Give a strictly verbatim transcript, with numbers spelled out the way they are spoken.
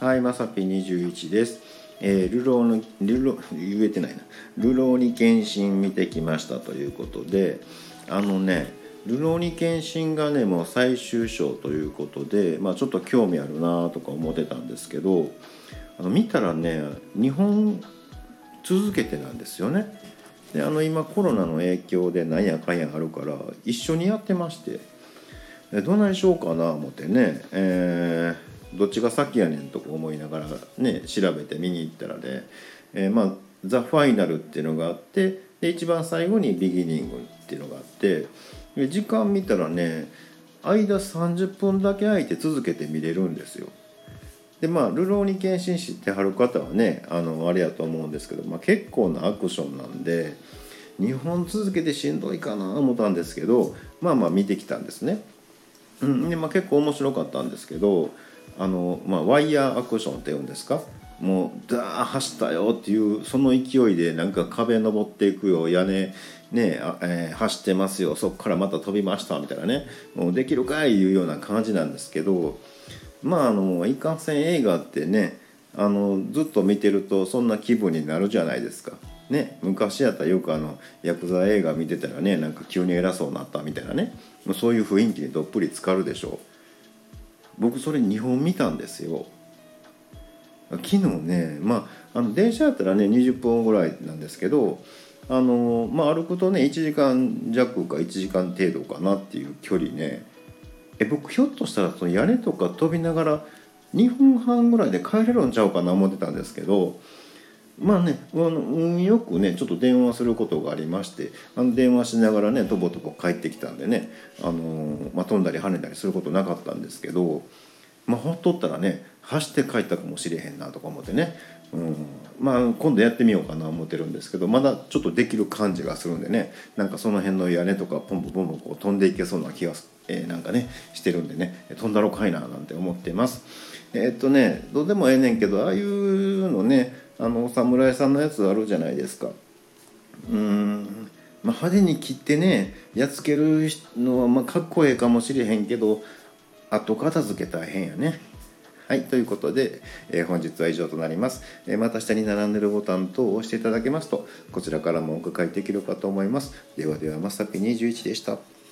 はい、まさぴにじゅういちです。えー、流浪の流浪言えてないな。流浪に献身見てきましたということで、あのね、流浪に献身がねもう最終章ということで、まあちょっと興味あるなとか思ってたんですけど、あの見たらね、にほん続けてなんですよね。で、あの今コロナの影響でなんやかんやあるから一緒にやってまして、どないしようかな思ってね、えーどっちが先やねんとか思いながらね調べて見に行ったらね、えー、まあザ・ファイナルっていうのがあって、で一番最後にビギニングっていうのがあって、で時間見たらね間さんじゅっぷんだけ空いて続けて見れるんですよ。でまあ流浪に献身知ってはる方はねあのあれやと思うんですけど、まあ、結構なアクションなんでにほん続けてしんどいかなと思ったんですけど、まあまあ見てきたんですね。うんでまあ、結構面白かったんですけど、あの、まあ、ワイヤーアクションっていうんですか、もうダー走ったよっていうその勢いでなんか壁登っていくよ、屋根ねあ、えー走ってますよ、そこからまた飛びましたみたいなね、もうできるかいいうような感じなんですけど、まああのいかんせん映画ってね、あのずっと見てるとそんな気分になるじゃないですか。ね、昔やったらよくあのヤクザ映画見てたらね、なんか急に偉そうになったみたいなね、もうそういう雰囲気にどっぷり浸かるでしょう。僕それにほん見たんですよ。昨日ね、まあ、あの電車やったらねにじゅっぷんぐらいなんですけど、あの、まあ、歩くとねいちじかん弱かいちじかん程度かなっていう距離ね。え僕ひょっとしたらその屋根とか飛びながらにふんはんぐらいで帰れるんちゃうかな思ってたんですけど、まあね、あの運よくねちょっと電話することがありまして、あの電話しながらねとぼとぼ帰ってきたんでね、あの、まあ、飛んだり跳ねたりすることなかったんですけど、まあ、ほっとったらね走って帰ったかもしれへんなとか思ってね、うん、まあ今度やってみようかな思ってるんですけど、まだちょっとできる感じがするんでね、なんかその辺の屋根とかポンポンポンポンこう飛んでいけそうな気が、えー、なんかねしてるんでね、飛んだろかいななんて思ってます。えー、っとねどうでもええねんけど、ああいうのね、あのお侍さんのやつあるじゃないですか。うーん、まあ、派手に切ってねやっつけるのはまあかっこええかもしれへんけど、後片付け大変やね。はい、ということで、えー、本日は以上となります。えー、また下に並んでいるボタン等を押していただけますと、こちらからもお伺いできるかと思います。ではでは、まさぴにじゅういちでした。